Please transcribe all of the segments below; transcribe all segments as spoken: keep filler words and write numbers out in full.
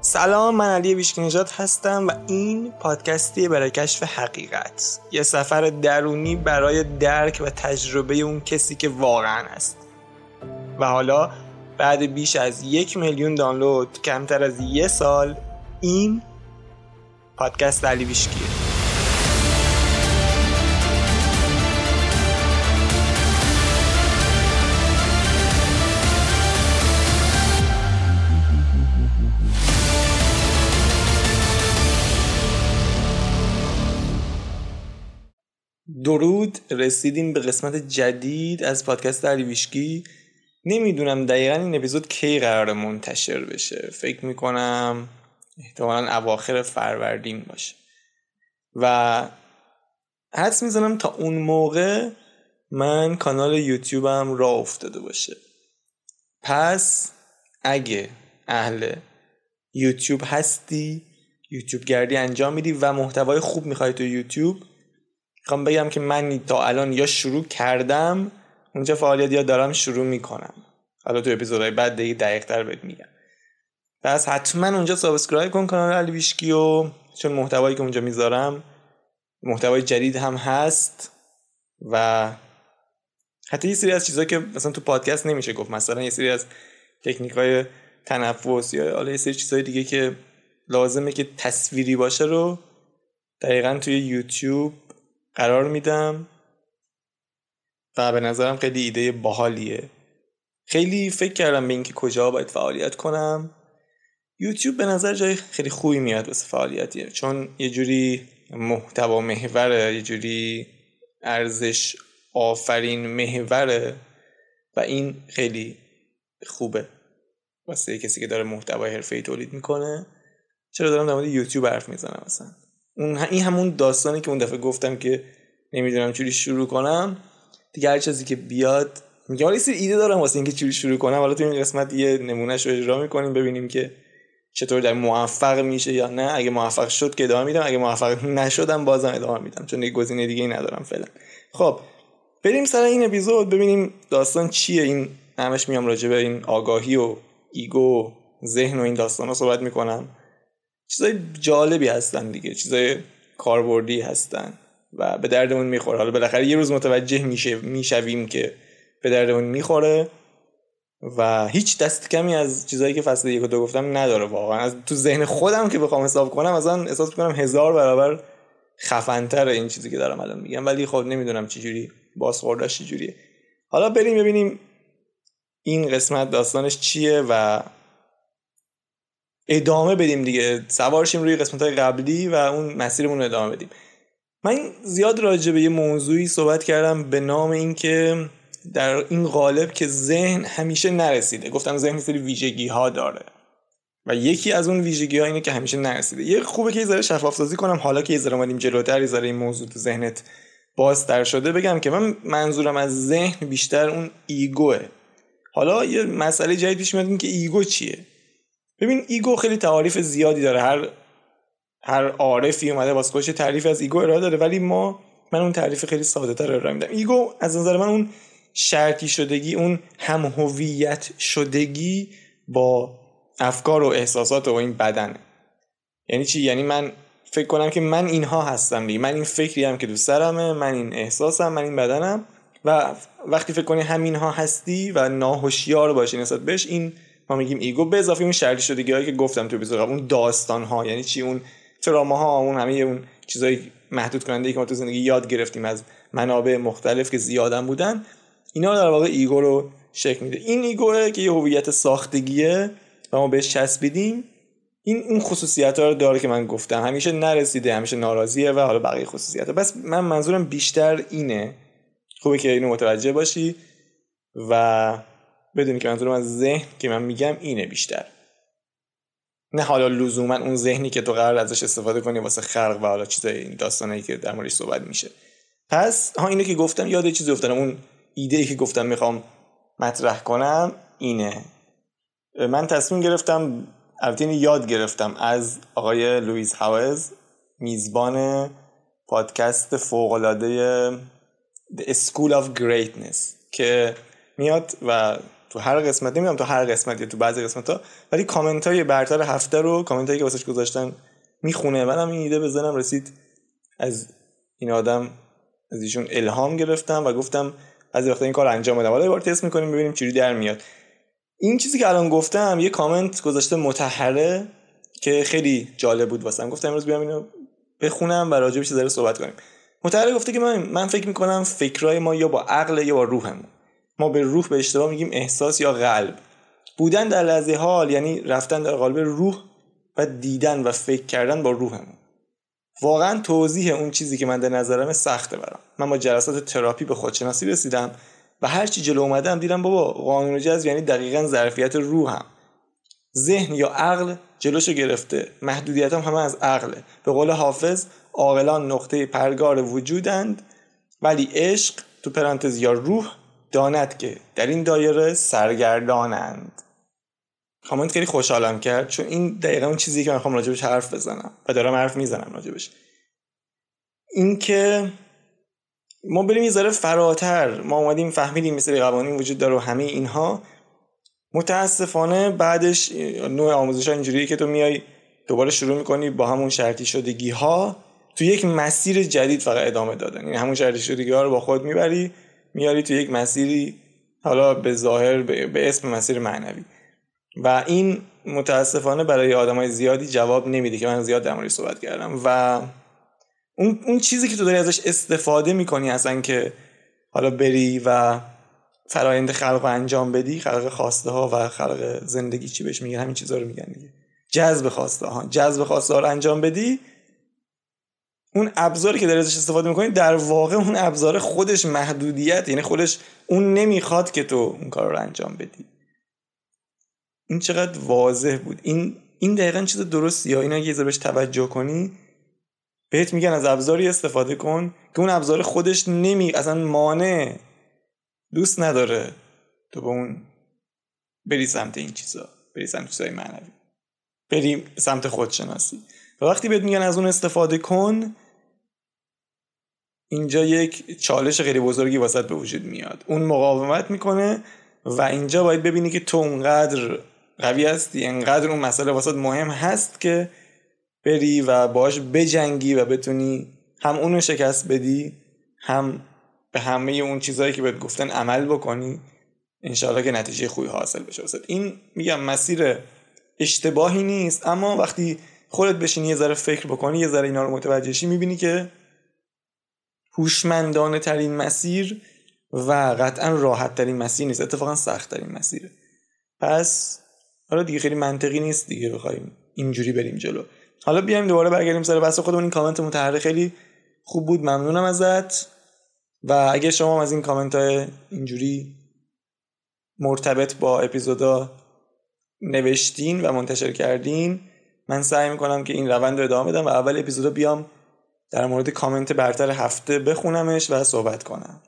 سلام، من علی ویشکی نژاد هستم و این پادکستیه برای کشف حقیقت، یه سفر درونی برای درک و تجربه اون کسی که واقعا هست. و حالا بعد بیش از یک میلیون دانلود، کمتر از یه سال، این پادکست علی ویشکیه. درود، رسیدیم به قسمت جدید از پادکست علی ویشکی. نمیدونم دقیقا این اپیزود کی قراره منتشر بشه. فکر میکنم احتمالاً اواخر فروردین باشه و حدس میزنم تا اون موقع من کانال یوتیوبم راه افتاده باشه. پس اگه اهل یوتیوب هستی، یوتیوب گردی انجام میدی و محتوای خوب میخوای تو یوتیوب، میخوام بگم که من تا الان یا شروع کردم اونجا فعالیت یا دارم شروع میکنم. حالا تو اپیزودهای بعد دیگه دقیق تر بهت میگم. پس حتما اونجا سابسکرایب کن کانال علی ویشکی، و چون محتوایی که اونجا میذارم محتوای جدید هم هست و حتی یه سری از چیزایی که مثلا تو پادکست نمیشه گفت، مثلا یه سری از تکنیک‌های تنفس یا حالا یه سری چیزای دیگه که لازمه که تصویری باشه رو دقیقاً توی یوتیوب قرار میدم و به نظرم خیلی ایده باحالیه. خیلی فکر کردم به اینکه کجا باید فعالیت کنم. یوتیوب به نظر جای خیلی خوبی میاد واسه فعالیتیه، چون یه جوری محتوا محوره، یه جوری ارزش آفرین محوره و این خیلی خوبه واسه کسی که داره محتوای حرفه‌ای تولید میکنه. چرا دارم در مورد یوتیوب حرف میزنم مثلا؟ اون این همون داستانی که اون دفعه گفتم که نمیدونم چوری شروع کنم دیگه. هر چیزی که بیاد میگم ولی سری ایده دارم واسه اینکه چوری شروع کنم. حالا تو این قسمت یه نمونهش رو اجرا میکنیم ببینیم که چطور در موفق میشه یا نه. اگه موفق شد که ادامه میدم، اگه موفق نشدم بازم ادامه میدم، چون دیگه گزینه دیگه ای ندارم فعلا. خب بریم سر این اپیزود ببینیم داستان چیه. این همش میام راجع به این آگاهی و ایگو، ذهن و این داستانا صحبت میکنم. چیزای جالبی هستن دیگه، چیزای کاربردی هستن و به دردمون میخوره. حالا بالاخره یه روز متوجه میشه میشویم که به دردمون میخوره و هیچ دست کمی از چیزایی که فصل یک و دو گفتم نداره. واقعا از تو ذهن خودم که بخوام حساب کنم مثلا احساس میکنم هزار برابر خفن‌تره این چیزی که دارم الان میگم، ولی خب نمیدونم چجوری بازخوردش چجوریه. حالا بریم ببینیم این قسمت داستانش چیه و ادامه بدیم دیگه، سوارشیم روی قسمت‌های قبلی و اون مسیرمون رو ادامه بدیم. من زیاد راجع به یه موضوعی صحبت کردم به نام این که در این قالب که ذهن همیشه نرسیده. گفتم ذهن سری ویژگی‌ها داره و یکی از اون ویژگی‌ها اینه که همیشه نرسیده. یه خوبه که یه ذره شفاف سازی کنم حالا که یه ذره اومدیم جلوتر، یه ذره این موضوع تو ذهنت بازتر شده. بگم که من منظورم از ذهن بیشتر اون ایگوه. حالا یه مسئله جدید پیش میاد، این که ایگو چیه. ببین ایگو خیلی تعاریف زیادی داره، هر هر عارفی اومده واسه خودش تعریف از ایگو ارائه داره، ولی ما من اون تعریف خیلی ساده‌تر ارائه میدم. ایگو از نظر من اون شرطی شدگی، اون هم هویت شدگی با افکار و احساسات و این بدنه. یعنی چی؟ یعنی من فکر کنم که من اینها هستم دیگه، من این فکری هم که تو سرمه، من این احساسم، من این بدنم. و وقتی فکر کنی همینها هستی و ناهوشیار باشی نسبت بهش، این ما میگیم ایگو. به اضافه اون شرطی شدگی‌هایی که گفتم تو اپیزود قبل، اون داستان‌ها، یعنی چی؟ اون تراماها، اون همه اون چیزای محدود کننده که ما تو زندگی یاد گرفتیم از منابع مختلف که زیادن بودن، اینا در واقع ایگو رو شکل میده. این ایگوه که یه هویت ساختگیه و ما بهش چسبیدیم. این اون خصوصیت‌ها رو داره که من گفتم، همیشه نرسیده، همیشه ناراضیه و حالا بقیه خصوصیت‌ها. بس من منظورم بیشتر اینه. خوبه که اینو متوجه باشی و بدونی که منظورم از ذهن که من میگم اینه بیشتر، نه حالا لزوما اون ذهنی که تو قرار ازش استفاده کنی واسه خلق و حالا چیزای این داستانایی که در موردش صحبت میشه. پس ها اینو که گفتم یاد یه چیزی افتادم. اون ایده‌ای که گفتم میخوام مطرح کنم اینه. من تصمیم گرفتم، البته اینو یاد گرفتم از آقای لوئیس هاوز، میزبان پادکست فوق‌العاده The School of Greatness، که میاد و تو هر قسمت، نمیدونم تو هر قسمت یا تو بعضی قسمت‌ها، ولی کامنت‌های برتر هفته رو، کامنتایی که واسش گذاشتن میخونه. منم این ایده به ذهنم رسید، از این آدم از ایشون الهام گرفتم و گفتم بعضی وقتا این کار انجام بدم. حالا یه بار تست می‌کنیم ببینیم چجوری در میاد. این چیزی که الان گفتم یه کامنت گذاشته مطهره که خیلی جالب بود واسم، گفتم امروز بیام اینو بخونم و راجع بهش ذره صحبت کنیم. مطهره گفته که من من فکر می‌کنم فکرای ما یا با عقل یا با روحمون. ما به روح به اشتباه میگیم احساس یا قلب. بودن در لحظه حال یعنی رفتن در قالب روح و دیدن و فکر کردن با روحمون. واقعا توضیح اون چیزی که من در نظرم سخته برام. من با جلسات تراپی به خودشناسی رسیدم و هر چی جلو اومدم دیدم بابا قانون جذب یعنی دقیقاً ظرفیت روحم. ذهن یا عقل جلوشو گرفته، محدودیتام همه از عقله. به قول حافظ عاقلان نقطه پرگار وجودند ولی عشق تو پرانتز یا روح داند که در این دایره سرگردانند. کامنت خیلی خوشحالم کرد چون این دقیقاً اون چیزی که من می‌خوام راجبش حرف بزنم و دارم حرف میزنم راجبش. این که ما بریم یه ذره فراتر، ما اومدیم فهمیدیم مثل قوانین وجود داره و همه اینها. متاسفانه بعدش نوع آموزش‌ها اینجوریه که تو میای دوباره شروع می‌کنی با همون شرطی شدگی‌ها تو یک مسیر جدید فقط ادامه دادن. یعنی همون شرطی شدگی‌ها رو با خود میبری میاری تو یک مسیری، حالا به ظاهر به اسم مسیر معنوی، و این متاسفانه برای آدمای زیادی جواب نمیده که من زیاد در موردش صحبت کردم. و اون اون چیزی که تو داری ازش استفاده میکنی اصلا که حالا بری و فرآیند خلق رو انجام بدی، خلق خواسته ها و خلق زندگی چی بهش میگن، همین چیزا رو میگن دیگه، جذب خواسته ها، جذب خواسته ها رو انجام بدی، اون ابزاری که داری ازش استفاده میکنی در واقع اون ابزار خودش محدودیت، یعنی خودش اون نمیخواد که تو اون کار رو انجام بدی. این چقدر واضح بود. این این دقیقاً چیز درستیه. اینا اگه یه ذره بهش توجه کنی بهت میگن از ابزاری استفاده کن که اون ابزار خودش نمی اصلا مانع دوست نداره تو به اون بری سمت این چیزا، بری سمت چیزای معنوی، بری سمت خودشناسی. و وقتی بهت میگن از اون استفاده کن، اینجا یک چالش خیلی بزرگی واسط به وجود میاد. اون مقاومت میکنه و اینجا باید ببینی که تو اونقدر قوی هستی، انقدر اون مسئله واسط مهم هست که بری و باش بجنگی و بتونی هم اونو شکست بدی، هم به همه اون چیزایی که بهت گفتن عمل بکنی، انشاءالله که نتیجه خوبی حاصل بشه واسط. این میگم مسیر اشتباهی نیست، اما وقتی خودت بشینی یه ذره فکر بکنی، یه ذره اینا رو متوجه شی، میبینی که هوشمندانه ترین مسیر و قطعا راحت ترین مسیر نیست، اتفاقا سخت ترین مسیره. پس حالا دیگه خیلی منطقی نیست دیگه بخوایم اینجوری بریم جلو. حالا بیایم دوباره برگردیم سر بحث خودمون. این کامنت متحرک خیلی خوب بود، ممنونم ازت. و اگه شما از این کامنت های اینجوری مرتبط با اپیزودا نوشتین و منتشر کردین، من سعی میکنم که این روند رو ادامه بدم و اول اپیزودا بیام در مورد کامنت برتر هفته بخونمش و صحبت کنم.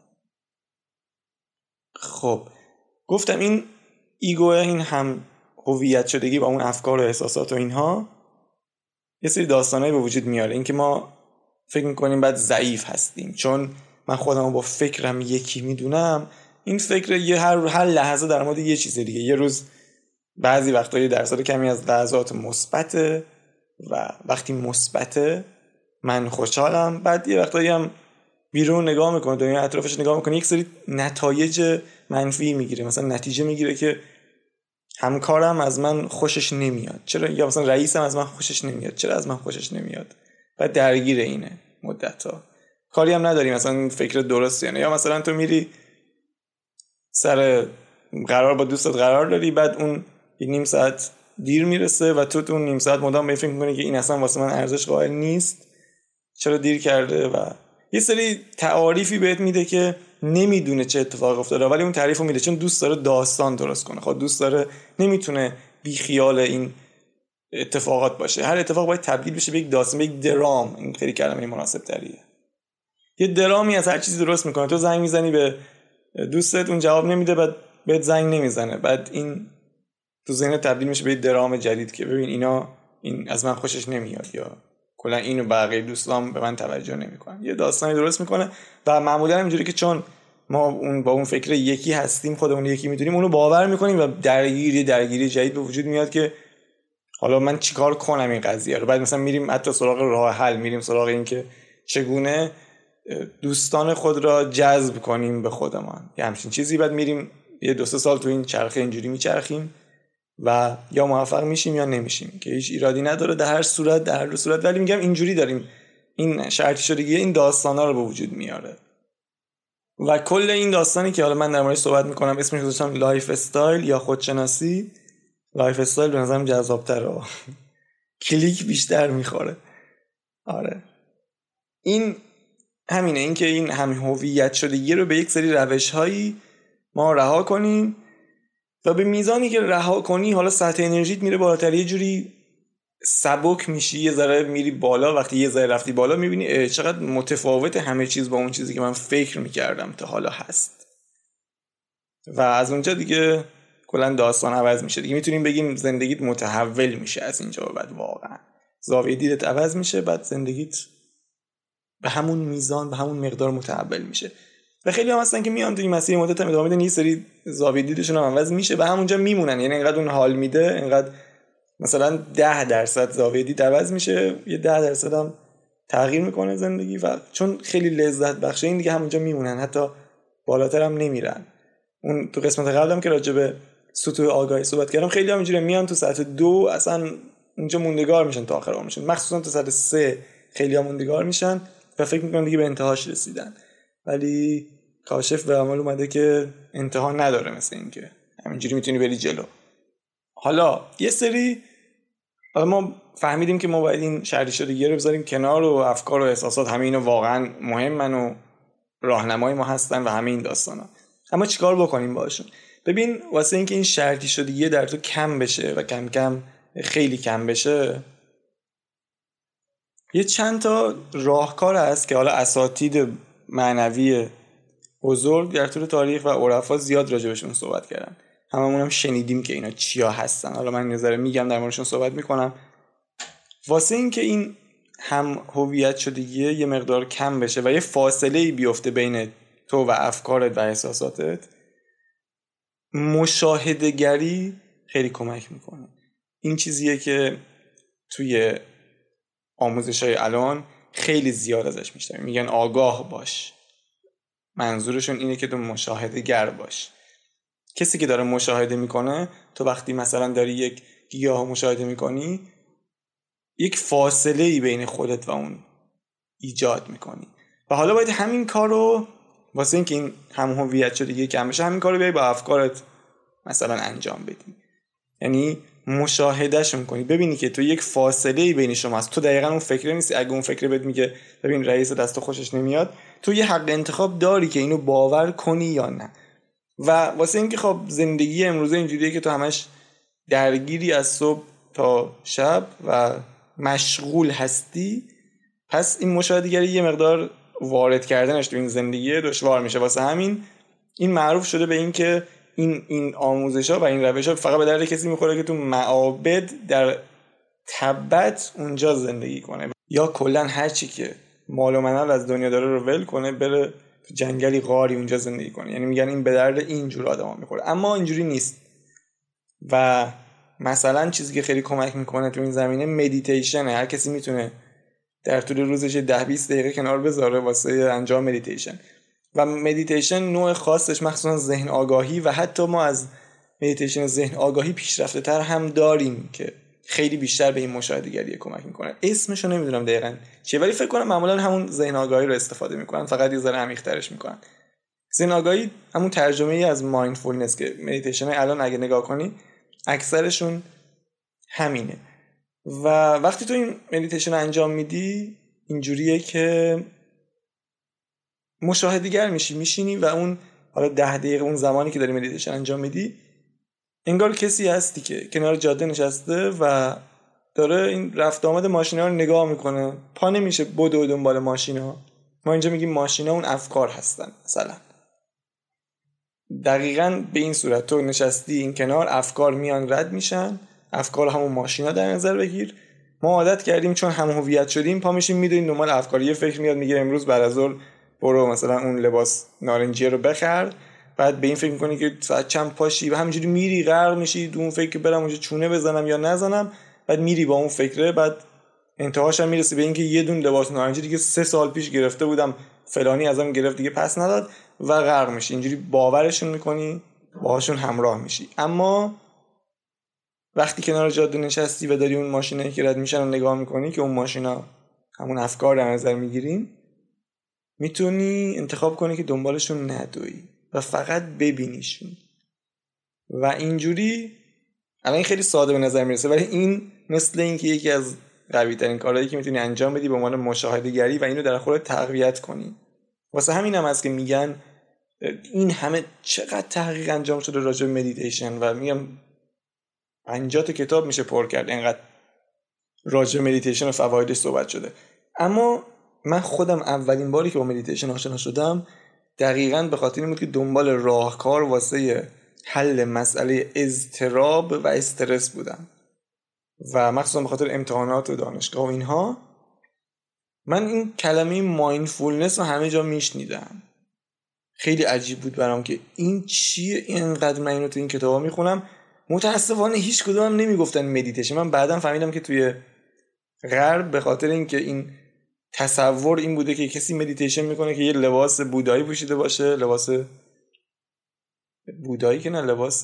خب گفتم این ایگو، این هم هویت شدگی با اون افکار و احساسات و اینها یه سری داستانایی به وجود میاره. این که ما فکر میکنیم بعد ضعیف هستیم چون من خودم رو با فکرم یکی میدونم. این فکر یه هر هر لحظه در مورد یه چیز دیگه. یه روز بعضی وقتا یه درصد کمی از لحظات مثبته و وقتی مثبته من خوشحالم، بعد یه وقتایی هم بیرون نگاه میکنه، دنیا اطرافش نگاه میکنه، یک سری نتایج منفی میگیره. مثلا نتیجه میگیره که همکارم از من خوشش نمیاد، چرا؟ یا مثلا رئیسم از من خوشش نمیاد، چرا از من خوشش نمیاد؟ بعد درگیر اینه مدت‌ها، کاری هم نداری مثلا این فکر درست یعنی. یا مثلا تو میری سر قرار با دوستت قرار داری، بعد اون یک نیم ساعت دیر میرسه و تو تو نیم ساعت مدام به فکر میکنی که این اصلا واسه من ارزش قائل نیست، چرا دیر کرده؟ و یه سری تعاریفی بهت میده که نمیدونه چه اتفاق افتاده، ولی اون تعریفو میده چون دوست داره داستان درست کنه. خب دوست داره، نمیتونه بی خیال این اتفاقات باشه. هر اتفاق باید تبدیل بشه به یک داستان، به یک درام. این خیلی کلمه مناسب تریه. یه درامی از هر چیزی درست میکنه. تو زنگ میزنی به دوستت، اون جواب نمیده، بعد بهت زنگ نمیزنه، بعد این تو ذهن تبدیل میشه به یک درام جدید که ببین اینا این از من خوشش نمیاد، یا کلا اینو بقیه دوستام به من توجه نمیکنن. یه داستانی درست میکنه و معمولا اینجوری که چون ما اون با اون فکر یکی هستیم، خودمون یکی میدونیم، اونو باور میکنیم و درگیری درگیری جدید به وجود میاد که حالا من چیکار کنم این قضیه رو. بعد مثلا میریم حتی سراغ راه حل، میریم سراغ این که چگونه دوستان خود را جذب کنیم به خودمان، یه همچین چیزی. بعد میریم یه دو سه سال تو این چرخه اینجوری میچرخیم و یا موفق میشیم یا نمیشیم که هیچ ایرادی نداره در هر صورت در هر صورت. ولی میگم اینجوری داریم این شرطی شدگی این داستانا رو به وجود میاره و کل این داستانی که حالا من در موردش صحبت میکنم اسمش گذاشتم لایف استایل یا خودشناسی. لایف استایل به نظرم جذاب‌تره، کلیک بیشتر میخوره. آره این همینه، این که این همین هویت شدگی رو به یک سری روش‌هایی ما رها کنیم و به میزانی که رها کنی حالا سطح انرژیت میره بالاتر، یه جوری سبک میشی، یه ذره میری بالا. وقتی یه ذره رفتی بالا میبینی چقدر متفاوت همه چیز با اون چیزی که من فکر میکردم تا حالا هست و از اونجا دیگه کلا داستان عوض میشه دیگه. میتونیم بگیم زندگیت متحول میشه از اینجا به بعد، واقعا زاویه دیدت عوض میشه، بعد زندگیت به همون میزان به همون مقدار متحول میشه. و خیلی هم هستن که میان توی مسیر مدت هم ادامه میدن، یه سری زاویه دیدشون هم عوض میشه و همونجا میمونن. یعنی اینقدر اون حال میده، اینقدر مثلا ده درصد زاویه دید عوض میشه، یه ده درصد هم تغییر میکنه زندگی و چون خیلی لذت بخشه این دیگه همونجا میمونن، حتی بالاتر هم نمیرن. اون تو قسمت قبلم که راجع به سطوح آگاهی صحبت کردم، خیلی هم اینجوری میان تو سطح دو اصلا اونجا موندگار میشن تا آخر عمرشون، مخصوصا تو سطح سه خیلی هم موندگار میشن و فکر میکنن دیگه به انتهاش رسیدن. ولی کاشف به عمل اومده که انتها نداره، مثل این که همینجوری میتونی بری جلو. حالا یه سری حالا ما فهمیدیم که ما باید این شرطی شدگی رو بذاریم کنار و افکار و احساسات همه اینا واقعا مهمن و راهنمای ما هستن و همه این داستانا، اما چیکار بکنیم باشون؟ ببین واسه اینکه این شرطی شدگی در تو کم بشه و کم کم خیلی کم بشه، یه چند تا راهکار هست که حالا اساتید معنوی بزرگ در طول تاریخ و عرفا زیاد راجبشون صحبت کردن، هممون هم شنیدیم که اینا چیا هستن. حالا من نظر میگم در موردشون صحبت میکنم. واسه این که این هم هویت شدگی یه مقدار کم بشه و یه فاصله بیفته بین تو و افکارت و احساساتت، مشاهده گری خیلی کمک میکنه. این چیزیه که توی آموزش‌های الان خیلی زیاد ازش میشنویم، میگن آگاه باش. منظورشون اینه که تو مشاهده گر باش. کسی که داره مشاهده میکنه، تو وقتی مثلا داری یک گیاه مشاهده میکنی، یک فاصله ای بین خودت و اون ایجاد میکنی و حالا باید همین کار رو واسه این که این هم هویت شدگی کم بشه، همین کار رو بیای با افکارت مثلا انجام بدی. یعنی مشاهدهشون کنی، ببینی که تو یک فاصله ای بین شما هست، تو دقیقاً اون فکر نیستی. اگه اون فکر بهت میگه ببین رئیس دست خوشش نمیاد، تو یه حق انتخاب داری که اینو باور کنی یا نه. و واسه اینکه خب زندگی امروزه اینجوریه که تو همش درگیری از صبح تا شب و مشغول هستی، پس این مشاهده‌گری یه مقدار وارد کردنش تو این زندگی دشوار میشه. واسه همین این معروف شده به این که این این آموزش‌ها و این روش‌ها فقط به درد کسی میخوره که تو معابد در تبت اونجا زندگی کنه یا کلا هر چی که مال و منال از دنیا داره رو ول کنه، بره تو جنگلی غاری اونجا زندگی کنه. یعنی میگن این به درد اینجور آدما میخوره، اما اینجوری نیست. و مثلا چیزی که خیلی کمک میکنه تو این زمینه مدیتیشنه. هر کسی میتونه در طول روزش ده بیست دقیقه کنار بذاره واسه انجام مدیتیشن. و مدیتیشن نوع خاصش مخصوصا ذهن آگاهی، و حتی ما از مدیتیشن ذهن آگاهی پیشرفته تر هم داریم که خیلی بیشتر به این مشاهده‌گری کمک میکنه. اسمشو نمیدونم دقیقاً چیه، ولی فکر کنم معمولا همون ذهن آگاهی رو استفاده میکنن، فقط یه ذره عمیق‌ترش میکنن. ذهن آگاهی همون ترجمه ای از مایندفولنس که مدیتیشن الان اگه نگاه کنی اکثرشون همینه. و وقتی تو این مدیتیشن انجام میدی اینجوریه که مشاهده‌گر میشی، میشینی و اون حالا ده دقیقه اون زمانی که داری مدیتیشن انجام میدی انگار کسی هستی که کنار جاده نشسته و داره این رفت آمد ماشینا رو نگاه میکنه، پا نمیشه بدو دنبال ماشینا. ما اینجا میگیم ماشینا اون افکار هستن. مثلا دقیقاً به این صورت تو نشستی این کنار، افکار میان رد میشن، افکار همون ماشینا در نظر بگیر. ما عادت کردیم چون هم هویت شدیم پا میشیم میدونیم دنبال افکار. یه فکر میاد میگه امروز بعد از ظهر برو مثلا اون لباس نارنجی رو بخر، بعد به این فکر میکنی که ساعت چند پاشی و همینجوری میری غرق میشی تو اون فکر که برم اونجا چونه بزنم یا نزنم، بعد میری با اون فکره، بعد انتهاش هم میرسی به اینکه یه دون لباس نارنجی دیگه سه سال پیش گرفته بودم فلانی ازم گرفت دیگه پس نداد و غرق میشی. اینجوری باورشون میکنی، باهاشون همراه میشی. اما وقتی کنار جاده نشستی و داری اون ماشینایی که رد میشن رو نگاه میکنی که اون ماشینا همون افکار در نظر میگیرین، میتونی انتخاب کنی که دنبالشون ندوی و فقط ببینیشون. و اینجوری الان این خیلی ساده به نظر میرسه، ولی این مثل این که یکی از قوی ترین کارهایی که میتونی انجام بدی به عنوان مشاهده گری و اینو در خودت تقویت کنی. واسه همین هم هست که میگن این همه چقدر تحقیق انجام شده راجع به مدیتیشن و میگم پنجاه تا کتاب میشه پر کرد اینقدر راجع به مدیتیشن و فوایدش صحبت شده. اما من خودم اولین باری که با مدیتیشن آشنا شدم دقیقاً به خاطر این بود که دنبال راهکار واسه حل مسئله اضطراب و استرس بودم و مخصوصا به خاطر امتحانات و دانشگاه و اینها. من این کلمه مایندفولنس رو همه جا میشنیدم، خیلی عجیب بود برام که این چیه، اینقدر من اینو تو این کتابا میخونم. متاسفانه هیچ کدوم نمیگفتن مدیتیشن. من بعداً فهمیدم که توی غرب به خاطر اینکه این تصور این بوده که کسی مدیتیشن میکنه که یه لباس بودایی پوشیده باشه، لباس بودایی که نه، لباس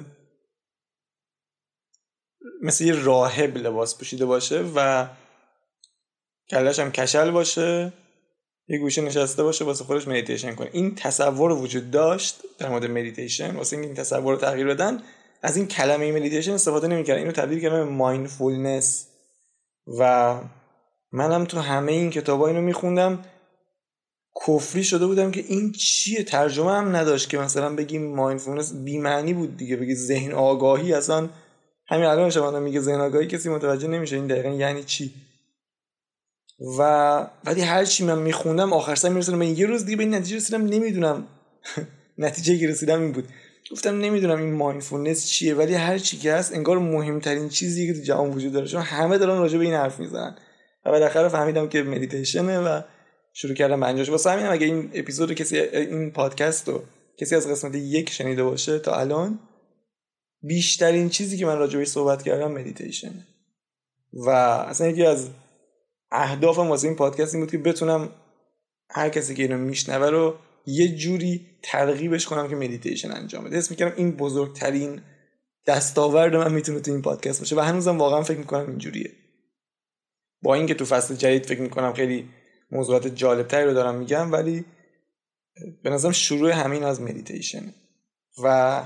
مثل یه راهب لباس پوشیده باشه و کلش هم کشل باشه، یه گوشه نشسته باشه واسه خودش مدیتیشن کنه. این تصور وجود داشت در مورد مدیتیشن. واسه اینکه این تصور رو تغییر بدن از این کلمه مدیتیشن استفاده نمی‌کردن، اینو تبدیل کردن به مایندفولنس. و منم تو همه این کتابا اینو میخوندم، کفری شده بودم که این چیه، ترجمه هم نداشت که مثلا بگیم مایندفولنس بی معنی بود دیگه، بگی ذهن آگاهی. اصلا همین الان شما میگه ذهن آگاهی کسی متوجه نمیشه این دقیقاً یعنی چی. و ولی هر چی من میخوندم آخر سر میرسیدم من یه روز دیگه به این نتیجه رسیدم نمیدونم نتیجه که رسیدم این بود، گفتم نمیدونم این مایندفولنس چیه، ولی هر چی که هست انگار مهمترین چیزیه که تو جهان وجود داره، چون همه دارن راجع به این حرف میزنن. و بالاخره فهمیدم که مدیتیشنه و شروع کردم به انجامش. واسه همین اگه این اپیزود کسی، این پادکست رو کسی از قسمت یک شنیده باشه تا الان، بیشترین چیزی که من راجع بهش صحبت کردم مدیتیشنه. و اصلا یکی از اهدافم واسه این پادکست این بود که بتونم هر کسی که اینو میشنوه رو یه جوری ترغیبش کنم که مدیتیشن انجام بده. حس می‌کردم این بزرگترین دستاورد من میتونه تو این پادکست باشه و هنوزم واقعا فکر می‌کنم اینجوریه. با اینکه تو فصل جدید فکر می‌کنم خیلی موضوعات جالب‌تری رو دارم میگم، ولی به نظرم شروع همین از مدیتیشن. و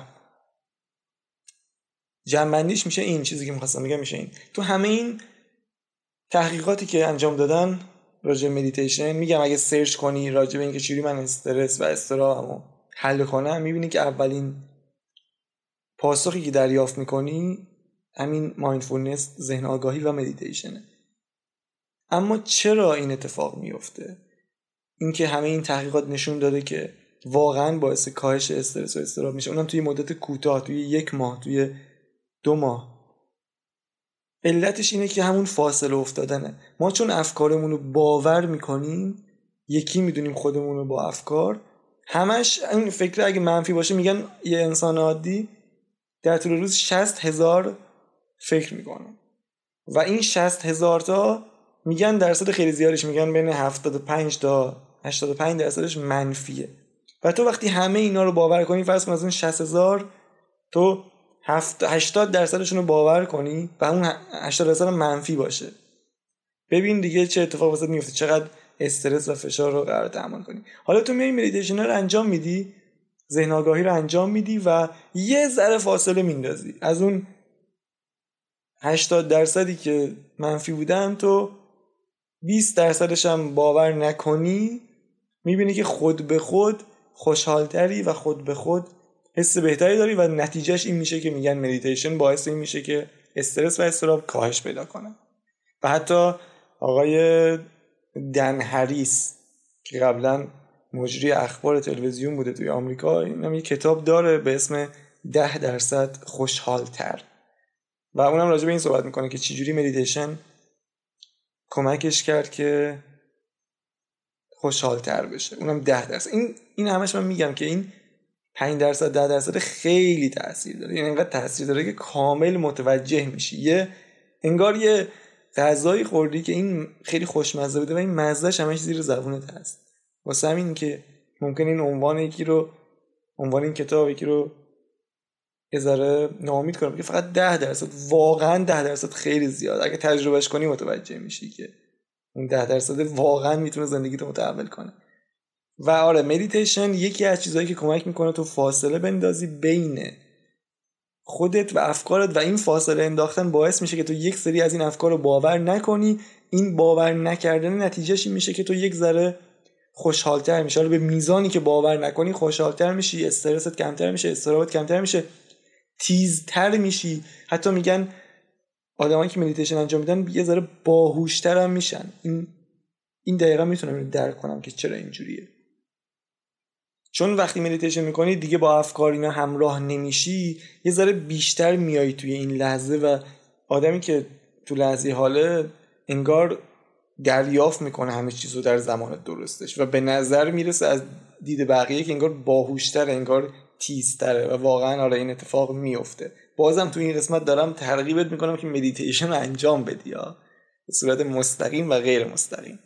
جمع‌بندیش میشه این چیزی که می‌خواستم بگم، میشه این تو همه این تحقیقاتی که انجام دادن راجع به مدیتیشن، میگم اگه سرچ کنی راجع به اینکه چجوری من استرس و اضطرابمو حل کنم، میبینی که اولین پاسخی که دریافت میکنی همین مایندفولنس، ذهن آگاهی و مدیتیشنه. اما چرا این اتفاق میفته؟ اینکه همه این تحقیقات نشون داده که واقعا باعث کاهش استرس و اضطراب میشه، اونم توی مدت کوتاه، توی یک ماه، توی دو ماه. علتش اینه که همون فاصله افتادنه. ما چون افکارمون رو باور میکنیم، یکی میدونیم خودمون رو با افکار، همش این فکر اگه منفی باشه میگن یه انسان عادی در طول روز شصت هزار فکر میکنه و این شصت هزار تا میگن درصد خیلی زیادش، میگن بین هفتاد و پنج تا هشتاد و پنج درصدش منفیه. و تو وقتی همه اینا رو باور کنی، فرض کن از اون شصت هزار تو هشتاد درصدشون رو باور کنی و اون هشتاد درصد منفی باشه، ببین دیگه چه اتفاق واسه میفته، چقدر استرس و فشار رو قرار تحمل کنی. حالا تو میای مدیتیشن رو انجام میدی، ذهن آگاهی رو انجام میدی و یه ذره فاصله میندازی از اون هشتاد درصدی که منفی بودن، تو بیست درصدش هم باور نکنی، میبینی که خود به خود خوشحالتری و خود به خود حس بهتری داری و نتیجهش این میشه که میگن مدیتیشن باعث این میشه که استرس و اضطراب کاهش پیدا کنه. و حتی آقای دن هریس که قبلا مجری اخبار تلویزیون بوده توی آمریکا، اینم یه کتاب داره به اسم ده درصد خوشحالتر و اونم راجع به این صحبت میکنه که چجوری مدیتیشن کمکش کرد که خوشحال‌تر بشه، اونم ده درصد. این این همش من میگم که این پنج درصد ده درصد خیلی تاثیر داره، یعنی اینقدر تاثیر داره که کامل متوجه میشی. یه انگار یه غذایی خوردی که این خیلی خوشمزه بوده و این مزهش همش زیر زبونت هست. واسه همین که ممکنه این عنوان یکی رو عنوان این کتاب یکی رو یه ذره ناامید کنم که فقط ده درصد، واقعا ده درصد خیلی زیاد. اگه تجربهش کنی متوجه میشی که اون ده درصد واقعا میتونه زندگیت رو متحول کنه. و آره مدیتیشن یکی از چیزایی که کمک میکنه تو فاصله بندازی بین خودت و افکارت و این فاصله انداختن باعث میشه که تو یک سری از این افکار رو باور نکنی. این باور نکردن نتیجهش این میشه که تو یک ذره خوشحالتر میشه. حالا به میزانی که باور نکنی خوشحالتر میشی، استرست کمتر میشه، استرابت کمتر میشه، تیزتر میشی. حتی میگن آدمایی که مدیتیشن انجام میدن یه ذره باهوشتر هم میشن. این این دقیقا میتونم اینو درک کنم که چرا اینجوریه. چون وقتی مدیتیشن میکنی دیگه با افکار اینا همراه نمیشی، یه ذره بیشتر میای توی این لحظه و آدمی که تو لحظه حاله انگار دریافت میکنه همه چیزو در زمان درستش و به نظر میرسه از دید بقیه که انگار باهوشتره، انگار تیزتره و واقعا آره این اتفاق میفته. بازم تو این قسمت دارم ترغیبت میکنم که مدیتیشن رو انجام بدی ها، به صورت مستقیم و غیر مستقیم.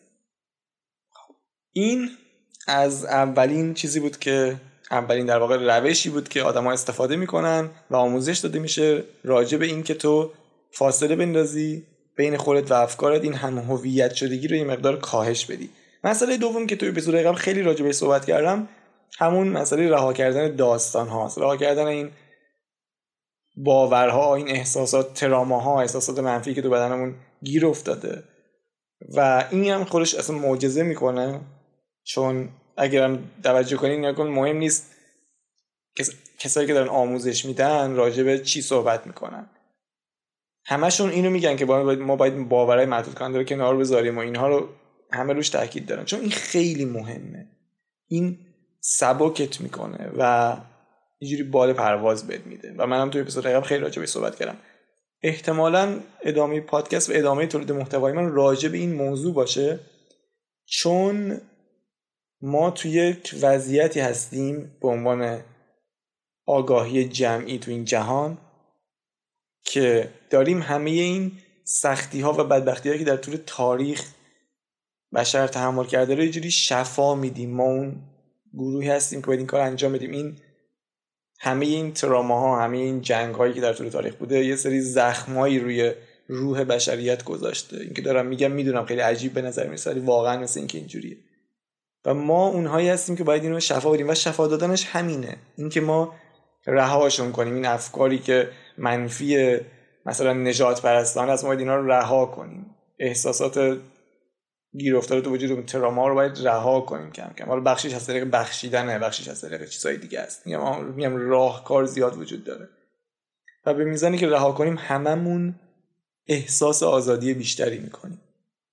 این از اولین چیزی بود که اولین در واقع روشی بود که آدم‌ها استفاده میکنن و آموزش داده میشه راجع به این که تو فاصله بندازی بین خودت و افکارت، این هم هویت شدگی رو یه مقدار کاهش بدی. مسئله دوم که توی اپیزود قبل خیلی راجع بهش صحبت کردم همون مسئله رها کردن داستان هاست، رها کردن این باورها، این احساسات، تراماها، احساسات منفی که تو بدنمون گیر افتاده. و این هم خودش اصلا معجزه میکنه، چون اگرم توجه کنین نکن مهم نیست کس... کسایی که دارن آموزش میدن راجع به چی صحبت میکنن، همشون اینو میگن که باید ما باید باورهای محدود کننده رو کنار بذاریم و اینها رو همه روش تاکید دارن، چون این خیلی مهمه. این سبکت میکنه و یه جوری بال پرواز بهت میده و منم توی اپیزود قبل خیلی راجع بهش صحبت کردم. احتمالاً ادامه پادکست و ادامه تولید محتوای من راجع به این موضوع باشه، چون ما توی یک وضعیتی هستیم به عنوان آگاهی جمعی تو این جهان که داریم همه این سختی ها و بدبختی هایی که در طول تاریخ بشر تحمل کرده رو یه جوری شفا میدیم. ما اون گروهی هستیم که باید این کار انجام بدیم. این همه این تراماها، همه این جنگ هایی که در طول تاریخ بوده یه سری زخمایی روی روح بشریت گذاشته. این که دارم میگم میدونم خیلی عجیب به نظر میرسه، ولی واقعا مثل این که اینجوریه و ما اونهایی هستیم که باید اینو شفا بدیم و شفا دادنش همینه، این که ما رهاشون کنیم. این افکاری که منفی مثلا نجات پرستانه است ما باید اینا رو رها کنیم. احساسات گیر افتاده تو وجود، تراما رو باید رها کنیم کم کم. حالا بخشش از طریق بخشیدنه، بخشش از طریق چیزای دیگه است. میگم میگم راهکار زیاد وجود داره و به میزانی که رها کنیم هممون احساس آزادی بیشتری میکنیم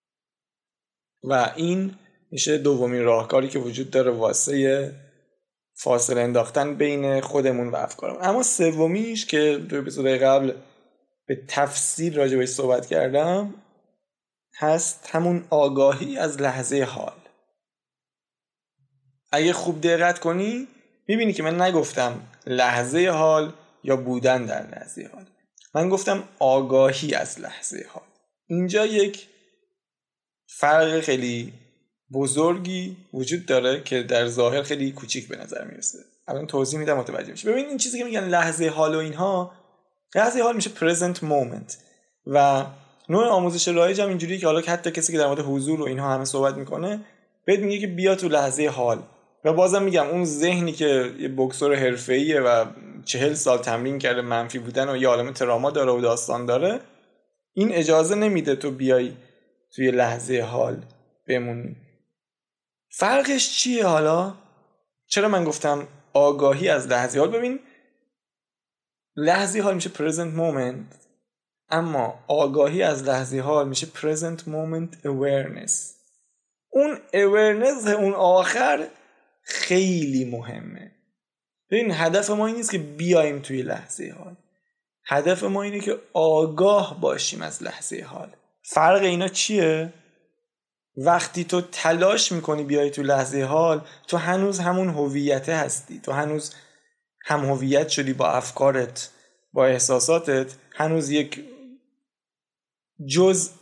و این میشه دومین راهکاری که وجود داره واسه فاصله انداختن بین خودمون و افکارمون. اما سومیش که تو اپیزود قبل به تفصیل راجع بهش صحبت کردم هست همون آگاهی از لحظه حال. اگه خوب دقت کنی میبینی که من نگفتم لحظه حال یا بودن در لحظه حال، من گفتم آگاهی از لحظه حال. اینجا یک فرق خیلی بزرگی وجود داره که در ظاهر خیلی کوچیک به نظر میرسه. الان توضیح میدم متوجه میشی. ببین این چیزی که میگن لحظه حال و اینها، لحظه حال میشه present moment و نوع آموزش رایج هم اینجوریه که حالا حتی کسی که در مورد حضور و اینها همه صحبت میکنه بهت میگه که بیا تو لحظه حال. و بازم میگم اون ذهنی که یه بوکسور حرفه‌ایه و چهل سال تمرین کرده منفی بودن و یه عالمه تراما داره و داستان داره، این اجازه نمیده تو بیای توی لحظه حال بمونی. فرقش چیه حالا؟ چرا من گفتم آگاهی از لحظه حال؟ ببین لحظه حال میشه present moment، اما آگاهی از لحظه حال میشه present moment awareness. اون awareness اون آخر خیلی مهمه. ببین هدف ما این نیست که بیایم توی لحظه حال، هدف ما اینه که آگاه باشیم از لحظه حال. فرق اینا چیه؟ وقتی تو تلاش میکنی بیای تو لحظه حال، تو هنوز همون هویت هستی، تو هنوز هم هویت شدی با افکارت، با احساساتت، هنوز یک جزء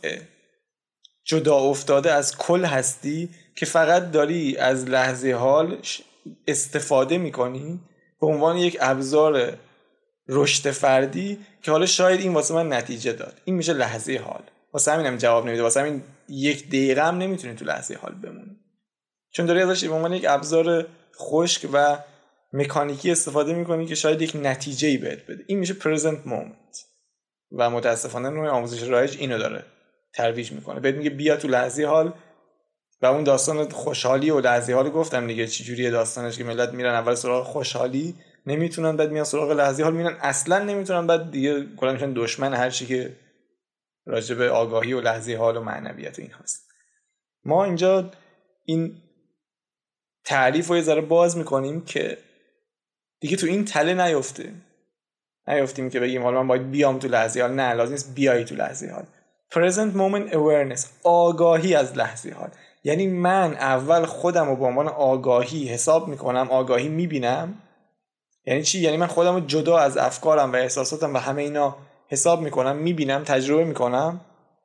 جدا افتاده از کل هستی که فقط داری از لحظه حال استفاده میکنی به عنوان یک ابزار رشد فردی که حالا شاید این واسه من نتیجه داد. این میشه لحظه حال. واسه همینم جواب نمیده، واسه همین یک دقیقه هم نمیتونی تو لحظه حال بمونی، چون داری ازش به عنوان یک ابزار خشک و مکانیکی استفاده میکنی که شاید یک نتیجه‌ای بهت بده. این میشه present moment و متاسفانه نوع آموزش رایج اینو داره ترویج میکنه، بهت میگه بیا تو لحظه حال. و اون داستان خوشحالی و لحظه حال گفتم دیگه چه جوریه داستانش، که ملت میرن اول سراغ خوشحالی نمیتونن، بعد میان سراغ لحظه حال میرن اصلا نمیتونن، بعد دیگه کلا میشن دشمن هر چی که راجع به آگاهی و لحظه حال و معنویت و این هست. ما اینجا این تعریف رو یه ذره باز میکنیم که دیگه تو این تله نیفته نیفتیم که بگیم حالا من باید بیام تو لحظه حال. نه، لازم نیست بیای تو لحظه حال. present moment awareness، آگاهی از لحظه حال، یعنی من اول خودم رو به عنوان آگاهی حساب میکنم، آگاهی میبینم. یعنی چی؟ یعنی من خودم رو جدا از افکارم و احساساتم و همه اینا حساب میکنم، میبینم، تجربه میکنم،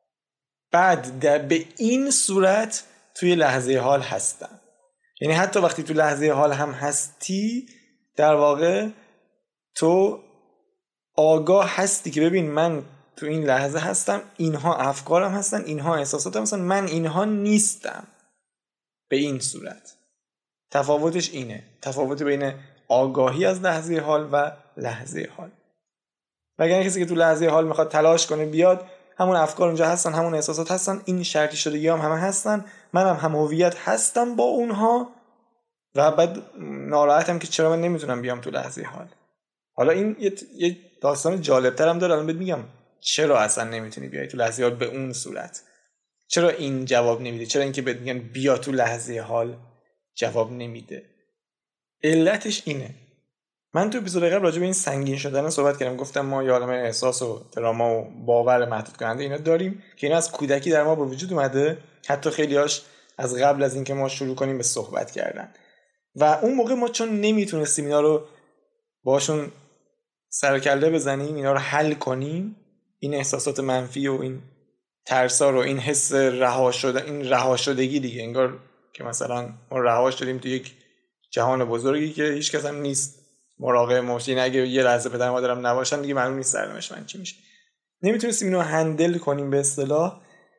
بعد در به این صورت توی لحظه حال هستم. یعنی حتی وقتی تو لحظه حال هم هستی، در واقع تو آگاه هستی که ببین من تو این لحظه هستم، اینها افکارم هستن، اینها احساساتم هستن، من اینها نیستم. به این صورت تفاوتش اینه، تفاوت بین آگاهی از لحظه حال و لحظه حال. وگرنه کسی که تو لحظه حال میخواد تلاش کنه بیاد، همون افکار اونجا هستن، همون احساسات هستن، این شرطی شدگی هم همه هستن، منم هم هویت هستم با اونها، و بعد ناراحتم که چرا من نمیتونم بیام تو لحظه حال. حالا این یه, یه داستان جالبتر هم داره، الان بهت میگم چرا اصلا نمیتونی بیای تو لحظه حال به اون صورت. چرا این جواب نمیده؟ چرا اینکه بهت میگن بیا تو لحظه حال جواب نمیده؟ علتش اینه. من تو اپیزود قبل راجع به این سنگین شدن صحبت کردم، گفتم ما یه عالمه احساس و تراما و باور محدود کننده اینا داریم که اینا از کودکی در ما به وجود اومده، حتی خیلیاش از قبل از اینکه ما شروع کنیم به صحبت کردن. و اون موقع ما چون نمیتونستیم اینا رو باشون سر کله بزنیم، اینا رو حل کنیم، این احساسات منفی و این ترسا رو، این حس رها شده، این رها شدگی دیگه، انگار که مثلا ما رها شدیم تو یک جهان بزرگی که هیچ کس هم نیست مراقب ما. این اگه یه لحظه پدر مادرم نباشن دیگه معلوم نیست سرنوشت من چی میشه. نمیتونستیم اینو هندل کنیم، به اصطلاح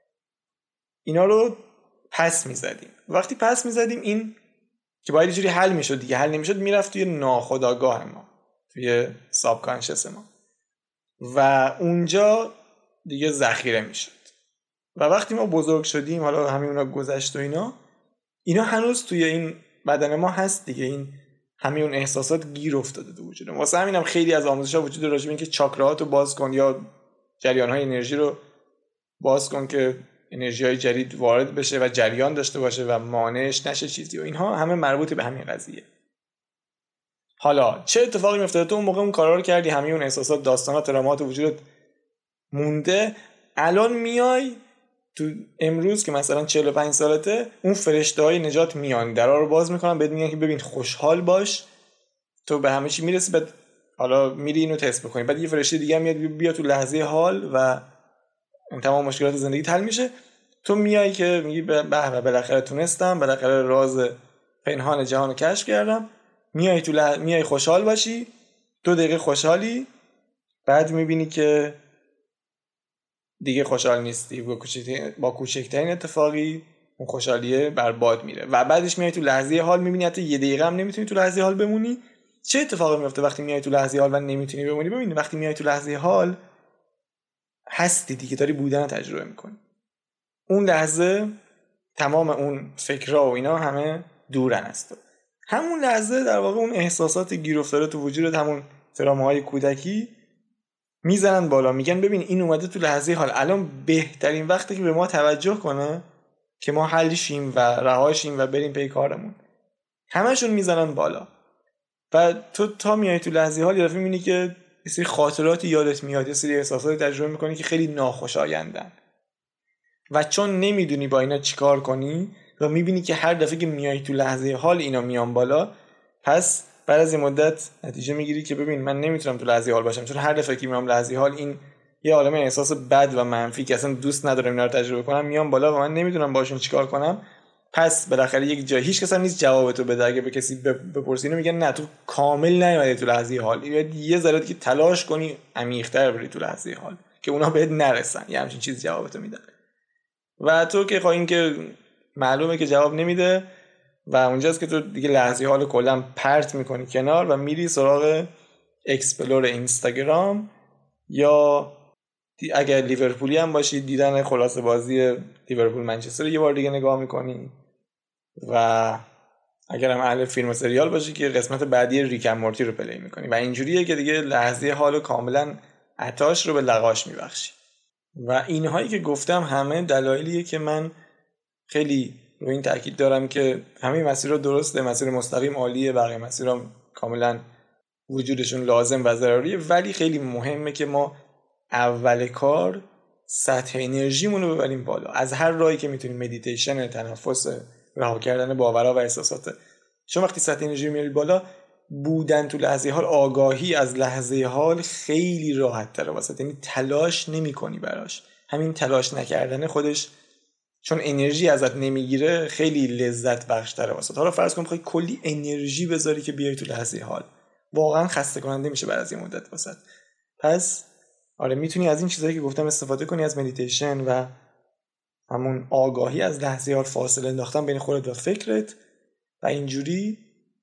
اینا رو پس میزدیم. وقتی پس میزدیم این که باید یه جوری حل میشد دیگه، حل نمیشد میرفت توی ناخودآگاه ما، توی ساب کانشس ما، و اونجا دیگه ذخیره میشد. و وقتی ما بزرگ شدیم، حالا همین اونا گذشت و اینا اینا هنوز توی این بدن ما هست دیگه، این همین اون احساسات گیر افتاده تو وجود ما. واسه همینم خیلی از آموزش‌ها وجود داره راجع به اینکه چاکراهاتو باز کن یا جریان‌های انرژی رو باز کن که انرژی‌های جدید وارد بشه و جریان داشته باشه و مانعش نشه چیزی، و اینها همه مربوط به همین قضیه. حالا چه اتفاقی میافتاد؟ تو اون موقع اون کارا رو کردی، همین اون احساسات، داستانات، ترامات وجودت مونده. الان میای تو امروز که مثلا چهل و پنج سالته، اون فرشته‌های نجات میان، درا رو باز میکنن، بهت میگن که ببین خوشحال باش، تو به همه چی میرسی، بعد حالا میری اینو تست بکنی، بعد یه فرشته دیگه میاد بیا تو لحظه حال و اون تمام مشکلات زندگی حل میشه. تو میای که میگی به به بالاخره تونستم، بالاخره راز پنهان جهان رو کشف کردم. میای تو لح... میای خوشحال باشی، دو دقیقه خوشحالی، بعد میبینی که دیگه خوشحال نیستی، با کوچکترین با کوچکترین اتفاقی اون خوشحالیه برباد میره. و بعدش میای تو لحظه حال، میبینی حتی یه دقیقه هم نمیتونی تو لحظه حال بمونی. چه اتفاقی میفته وقتی میای تو لحظه حال و نمیتونی بمونی؟ ببین وقتی میای تو لحظه حال هستی دیگه، داری بودن رو تجربه میکنی. اون لحظه تمام اون فکرها و اینا همه دورن است. همون لحظه در واقع اون احساسات گیر افتاده تو وجودت، همون تراماهای کودکی میزنن بالا، میگن ببین این اومده تو لحظه حال، الان بهترین وقته که به ما توجه کنه که ما حل شیم و رهاشیم و بریم پی کارمون. همشون میزنن بالا و تو تا میای تو لحظه حال یه دفعه میبینی که یه سری خاطراتی یادت میاد، یه سری احساساتی تجربه میکنی که خیلی ناخوشایندن. و چون نمیدونی با اینا چیکار کنی و میبینی که هر دفعه که میای تو لحظه حال اینا میان بالا، پس بعد از این مدت نتیجه میگیری که ببین من نمیتونم تو لحظه حال باشم، چون هر دفعه که میام لحظه حال این یه عالمه احساس بد و منفی که اصلا دوست ندارم اینا رو تجربه کنم میام بالا و من نمیدونم باشون چیکار کنم. پس بالاخره یک جای هیچ کس هم نیست جواب تو بده. اگه به کسی بپرسی اینو میگن نه تو کامل نیومدی تو لحظه حال، یه ذره دیگه تلاش کنی عمیق‌تر بری تو لحظه حال که اونا بهت نرسن، یه همچین چیز جواب تو میدن. و تو که خواهی این که معلومه که جواب نمیده و اونجاست که تو دیگه لحظه حال کلا پرت میکنی کنار و میری سراغ اکسپلور اینستاگرام، یا اگر لیورپولی هم باشی دیدن خلاصه بازی لیورپول منچستر یه بار دیگه نگاه میکنی، و اگر هم اهل فیلم و سریال باشی که قسمت بعدی ریک اند مورتی رو پلی میکنی و اینجوریه که دیگه لحظه حال کاملا عطاش رو به لغاش میبخشی. و اینهایی که گفتم همه دلایلیه که من خیلی رو این تاکید دارم که همه مسیرها درسته، مسیر مستقیم عالیه، بقیه مسیرها کاملا وجودشون لازم و ضروریه، ولی خیلی مهمه که ما اول کار سطح انرژیمون رو ببریم بالا از هر راهی که میتونیم، مدیتیشن، تنفس، رها کردن باورها و احساسات. چون وقتی سطح انرژی میاری بالا، بودن تو لحظه حال، آگاهی از لحظه حال خیلی راحت تره واسه، یعنی تلاش نمی کنی براش. همین تلاش نکردن خودش چون انرژی ازت نمیگیره خیلی لذت بخش تره واسه. حالا فرض کن بخوای کلی انرژی بذاری که بیای تو لحظه حال، واقعا خسته کننده میشه بعد از این مدت واسه. پس آره میتونی از این چیزایی که گفتم استفاده کنی، از مدیتیشن و همون آگاهی از لحظه حال، فاصله انداختن بین خودت و فکرت، و اینجوری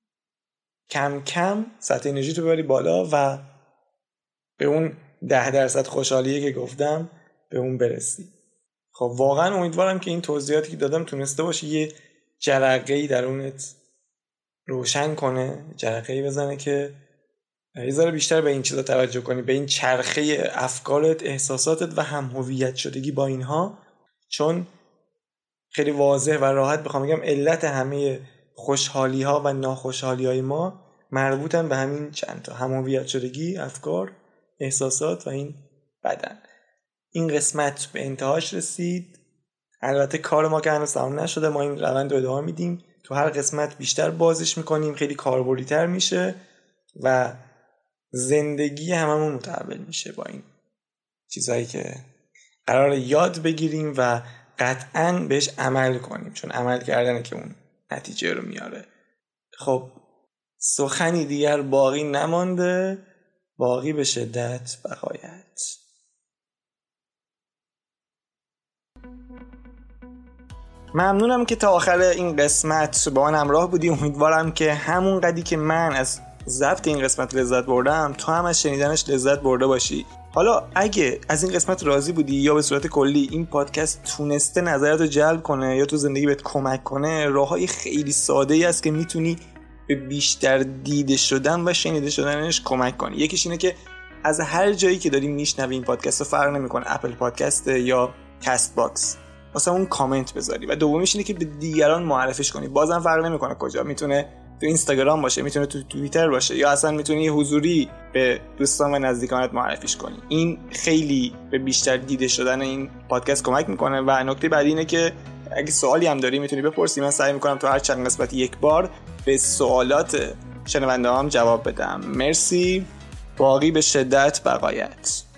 کم کم سطح انرژی تو ببری بالا و به اون ده درصد خوشحالیه که گفتم به اون برسی. خب واقعا امیدوارم که این توضیحاتی که دادم تونسته باشه یه جرقه‌ای درونت روشن کنه، جرقه‌ای بزنه که یه ذره بیشتر به این چیزا توجه کنی، به این چرخه افکارت، احساساتت و هم هویت شدگی با اینها. چون خیلی واضح و راحت بخوام بگم علت همه خوشحالی ها و ناخوشحالی های ما مربوطن به همین چند تا: هم هویت شدگی، افکار، احساسات و این بدن. این قسمت به انتهاش رسید. البته کار ما که هنوز تمام نشده، ما این روند رو ادامه میدیم، تو هر قسمت بیشتر بازش میکنیم، خیلی کاربردی تر میشه و زندگی هممون متحول میشه با این چیزهایی که قراره یاد بگیریم و قطعاً بهش عمل کنیم، چون عمل کردنه که اون نتیجه رو میاره. خب سخنی دیگر باقی نمانده، باقی به شدت بقایت. ممنونم که تا آخر این قسمت با من همراه بودی. امیدوارم که همون قدری که من از ضبط این قسمت لذت بردم تو هم از شنیدنش لذت برده باشی. حالا اگه از این قسمت راضی بودی یا به صورت کلی این پادکست تونسته نظرتو جلب کنه یا تو زندگی بهت کمک کنه، راههای خیلی ساده‌ای هست که میتونی به بیشتر دیده شدن و شنیده شدنش کمک کنی. یکیش اینه که از هر جایی که داری میشنوی این پادکست رو، فرق نمیکنه اپل پادکست یا کست باکس، واسه اون کامنت بذاری. و دومیش اینه که به دیگران معرفیش کنی. بازم فرق نمیکنه کجا، میتونه تو اینستاگرام باشه، میتونه تو توییتر باشه، یا اصلا میتونی حضوری به دوستان و نزدیکانت معرفیش کنی. این خیلی به بیشتر دیده شدن این پادکست کمک میکنه. و نکته بعدی اینه که اگه سوالی هم داری میتونی بپرسی. من سعی میکنم تو هر چند قسمت یک بار به سوالات شنونده هم جواب بدم. مرسی. باقی به شدت بقایت.